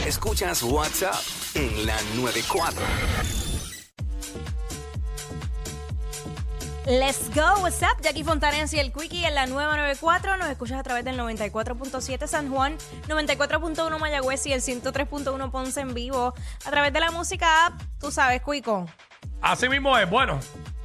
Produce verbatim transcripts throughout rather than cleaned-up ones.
Escuchas WhatsApp en la noventa y cuatro. Let's go, what's up? Jackie Fontanes y el Quickie en la nueva noventa y cuatro. Nos escuchas a través del noventa y cuatro punto siete San Juan, noventa y cuatro punto uno Mayagüez y el ciento tres punto uno Ponce en vivo. A través de la música app, tú sabes, Quico. Así mismo es. Bueno,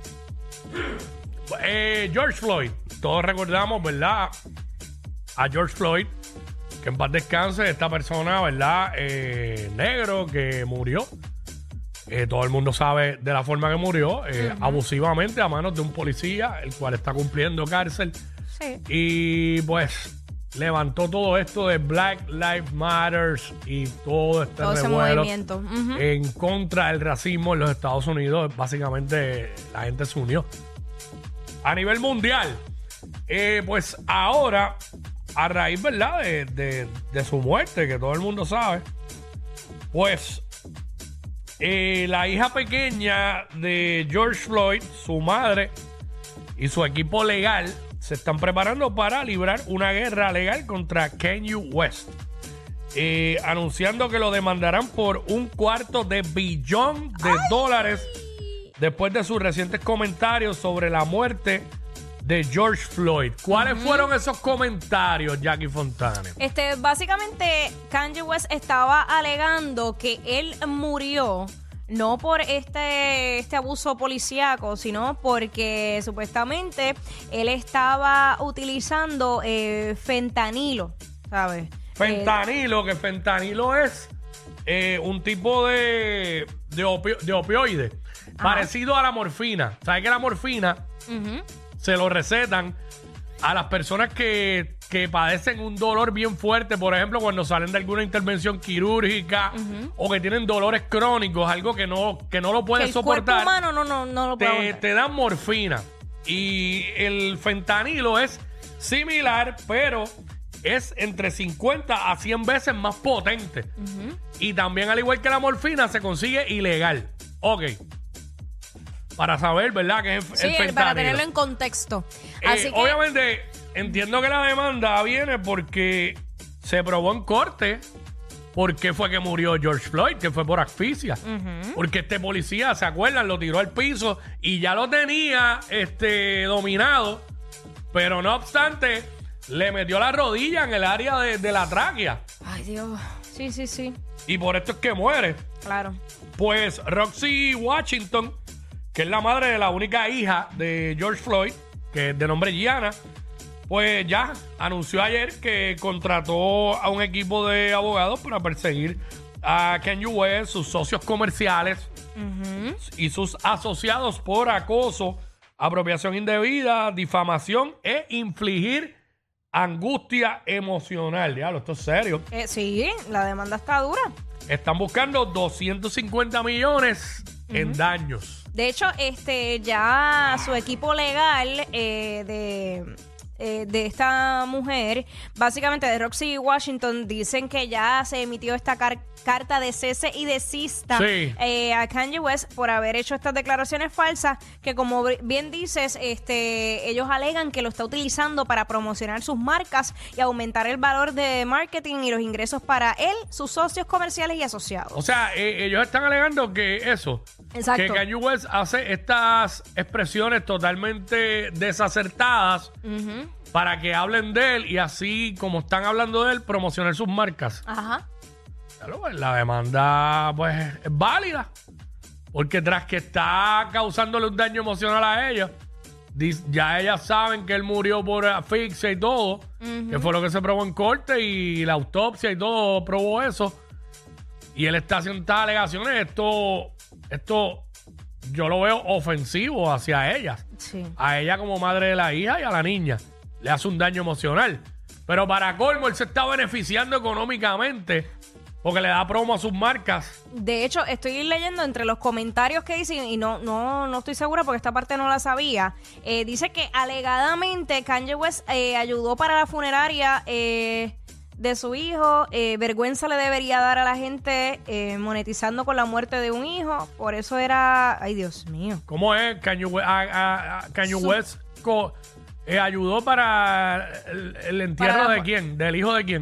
eh, George Floyd. Todos recordamos, ¿verdad? A George Floyd. Que en paz descanse esta persona, ¿verdad? Eh, negro que murió. Eh, todo el mundo sabe de la forma que murió, eh, uh-huh. abusivamente a manos de un policía, el cual está cumpliendo cárcel. Sí. Y pues levantó todo esto de Black Lives Matter y todo este todo revuelo ese movimiento uh-huh. en contra del racismo en los Estados Unidos. Básicamente la gente se unió. A nivel mundial, eh, pues ahora, a raíz, ¿verdad? De, de, de su muerte, que todo el mundo sabe, pues... Eh, la hija pequeña de George Floyd, su madre y su equipo legal se están preparando para librar una guerra legal contra Kanye West, eh, anunciando que lo demandarán por un cuarto de billón de ¡Ay! dólares después de sus recientes comentarios sobre la muerte de George Floyd. ¿Cuáles uh-huh. fueron esos comentarios, Jackie Fontane? Este, básicamente, Kanye West estaba alegando que él murió no por este, este abuso policíaco, sino porque supuestamente él estaba utilizando eh, fentanilo, ¿sabes? Fentanilo, eh, que fentanilo es eh, un tipo de, de, opio, de opioide Ajá. parecido a la morfina. ¿Sabes que la morfina... Uh-huh. se lo recetan a las personas que, que padecen un dolor bien fuerte, por ejemplo, cuando salen de alguna intervención quirúrgica uh-huh. o que tienen dolores crónicos, algo que no, que no lo pueden que el soportar. Cuerpo humano no, no, no lo puede te, te dan morfina. Y el fentanilo es similar, pero es entre cincuenta a cien veces más potente. Uh-huh. Y también, al igual que la morfina, se consigue ilegal. Ok. Para saber, ¿verdad? Que es el, sí, el fentanilo. Para tenerlo en contexto. Así eh, que... Obviamente, entiendo que la demanda viene porque se probó en corte por qué fue que murió George Floyd, que fue por asfixia. Uh-huh. Porque este policía, ¿se acuerdan? Lo tiró al piso y ya lo tenía este, dominado. Pero no obstante, le metió la rodilla en el área de, de la tráquea. Ay, Dios. Sí, sí, sí. Y por esto es que muere. Claro. Pues Roxy Washington, que es la madre de la única hija de George Floyd, que es de nombre Gianna, pues ya anunció ayer que contrató a un equipo de abogados para perseguir a Kanye West, sus socios comerciales uh-huh. y sus asociados por acoso, apropiación indebida, difamación e infligir angustia emocional. Diablo, esto es serio. Eh, sí, la demanda está dura. Están buscando doscientos cincuenta millones uh-huh. en daños. De hecho, este ya su equipo legal eh, de, eh, de esta mujer, básicamente de Roxy Washington, dicen que ya se emitió esta car- carta de cese y desista sí. eh, a Kanye West por haber hecho estas declaraciones falsas que, como bien dices, este ellos alegan que lo está utilizando para promocionar sus marcas y aumentar el valor de marketing y los ingresos para él, sus socios comerciales y asociados. O sea, eh, ellos están alegando que eso... Exacto. Que Kanye West hace estas expresiones totalmente desacertadas uh-huh. para que hablen de él y así, como están hablando de él, promocionar sus marcas. Ajá. Claro, pues, la demanda, pues, es válida. Porque tras que está causándole un daño emocional a ella, ya ellas saben que él murió por asfixia y todo, uh-huh. que fue lo que se probó en corte y la autopsia y todo probó eso. Y él está haciendo estas alegaciones. Esto... Esto yo lo veo ofensivo hacia ellas. Sí. A ella como madre de la hija y a la niña. Le hace un daño emocional. Pero para colmo, él se está beneficiando económicamente porque le da promo a sus marcas. De hecho, estoy leyendo entre los comentarios que dicen, y no, no, no estoy segura porque esta parte no la sabía. Eh, dice que alegadamente Kanye West eh, ayudó para la funeraria eh, de su hijo. Eh, vergüenza le debería dar a la gente eh, monetizando con la muerte de un hijo. Por eso era... Ay, Dios mío. ¿Cómo es? Kanye West, a, a, a Kanye su... West co, eh, ayudó para el, el entierro para la... de quién, del hijo de quién.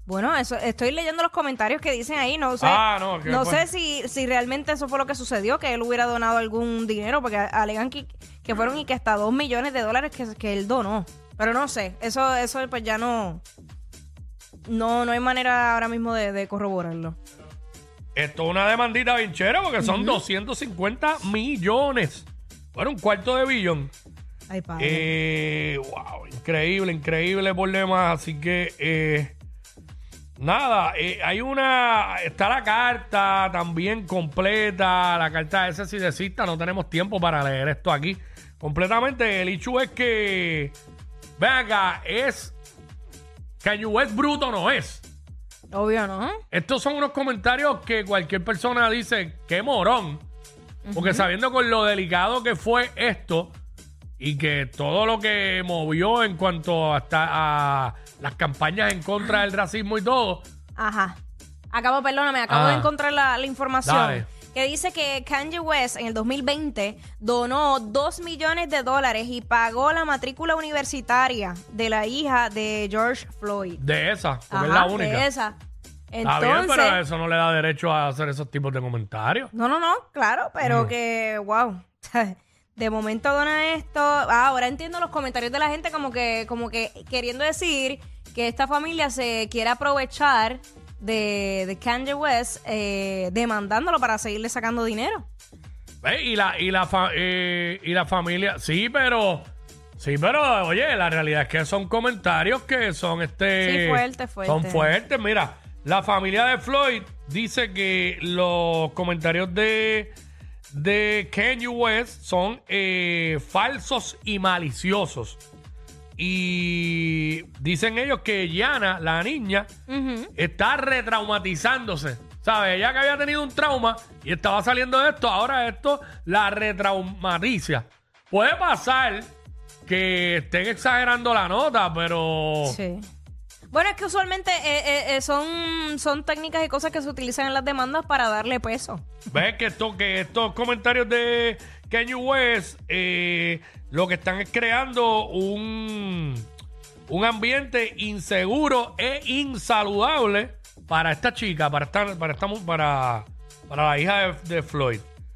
Bueno, eso estoy leyendo los comentarios que dicen ahí, no sé, Ah, no, que no fue- sé si, si realmente eso fue lo que sucedió, que él hubiera donado algún dinero, porque alegan que, que fueron y que hasta dos millones de dólares que, que él donó. Pero no sé, eso, eso pues ya no, no, no hay manera ahora mismo de, de corroborarlo. Esto es una demandita bien chévere porque son doscientos cincuenta millones. Bueno, un cuarto de billón. Ay, padre. Eh, wow, increíble, increíble por demás. Así que, eh, nada, eh, hay una. Está la carta también completa. La carta esa sí desista. No tenemos tiempo para leer esto aquí completamente. El hecho es que. Ven acá, es. Kanye West bruto no es. Obvio, ¿no? Estos son unos comentarios que cualquier persona dice, qué morón. Porque sabiendo con lo delicado que fue esto y que todo lo que movió en cuanto hasta a las campañas en contra del racismo y todo. Ajá. Acabo, perdóname, acabo Ah. de encontrar la, la información. Dale. Que dice que Kanye West en el dos mil veinte donó dos millones de dólares y pagó la matrícula universitaria de la hija de George Floyd. De esa, porque es Ajá, la única. de esa. Está Entonces, bien, pero eso no le da derecho a hacer esos tipos de comentarios. no, no, no, claro, pero Mm. que, wow. De momento dona esto. Ah, ahora entiendo los comentarios de la gente como que, como que queriendo decir que esta familia se quiere aprovechar de, de Kanye West eh, demandándolo para seguirle sacando dinero. ¿Ves? Y la, y la fa- eh, y la familia, sí, pero, sí, pero, oye, la realidad es que son comentarios que son este. Sí, fuerte, fuerte. Son fuertes. Mira, la familia de Floyd dice que los comentarios de, de Kanye West son eh, falsos y maliciosos. Y dicen ellos que Yana, la niña, Ujú. está retraumatizándose. ¿Sabes? Ella que había tenido un trauma y estaba saliendo de esto, ahora esto la retraumatiza. Puede pasar que estén exagerando la nota, pero... Sí. Bueno, es que usualmente eh, eh, eh, son, son técnicas y cosas que se utilizan en las demandas para darle peso. Ves que, esto, que estos comentarios de Kanye West eh, lo que están es creando un, un ambiente inseguro e insaludable para esta chica, para esta, para esta mu- para, para la hija de, de Floyd.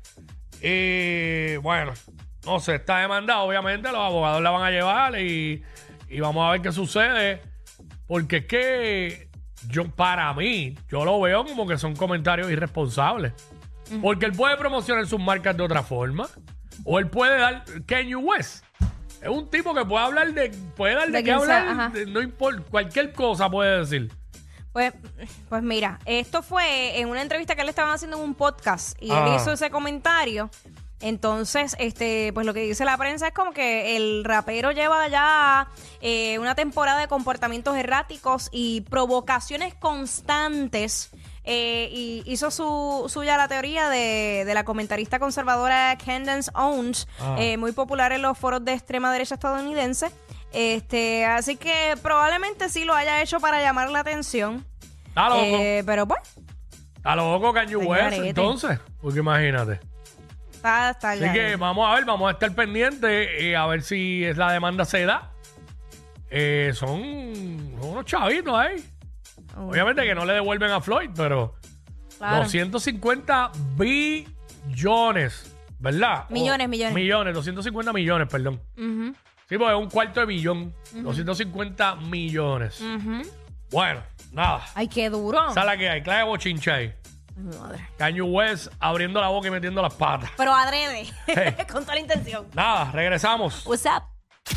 Eh, bueno, no sé, está demandada, obviamente, los abogados la van a llevar y, y vamos a ver qué sucede. Porque es que yo, para mí, yo lo veo como que son comentarios irresponsables. Porque él puede promocionar sus marcas de otra forma. O él puede dar. Kanye West es un tipo que puede hablar de. Puede dar de, De qué quien sea, hablar. ajá. de- no importa. Cualquier cosa puede decir. Pues, pues mira, esto fue en una entrevista que le estaban haciendo en un podcast y Ah. él hizo ese comentario. Entonces, este, pues lo que dice la prensa es como que el rapero lleva ya eh, una temporada de comportamientos erráticos y provocaciones constantes. Eh, y hizo su, suya la teoría de, de la comentarista conservadora Candace Owens, Ah. eh, muy popular en los foros de extrema derecha estadounidense. Este, así que probablemente sí lo haya hecho para llamar la atención. Está loco. Eh, pero pues, Está loco Kanye Está West, garete. entonces. Porque imagínate. está, está Así ya. que vamos a ver, vamos a estar pendientes eh, a ver si es la demanda se da. Eh, son unos chavitos ahí. Oh, Obviamente que no le devuelven a Floyd, pero claro. doscientos cincuenta billones, ¿verdad? O- Millones, millones. Millones, doscientos cincuenta millones, perdón. Ujú, Sí, porque es un cuarto de billón. doscientos cincuenta millones. ujú. Bueno, nada. Ay, qué duro. Esa es la que hay. Clave bochincha ahí. Ay, mi madre. Kanye West abriendo la boca y metiendo las patas. Pero adrede, Hey. con toda la intención. Nada, regresamos. What's up?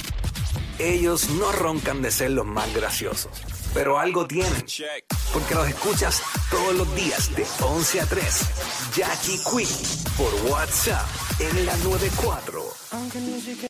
Ellos no roncan de ser los más graciosos, pero algo tienen. Porque los escuchas todos los días de once a tres. Jackie Quinn por WhatsApp en la noventa y cuatro.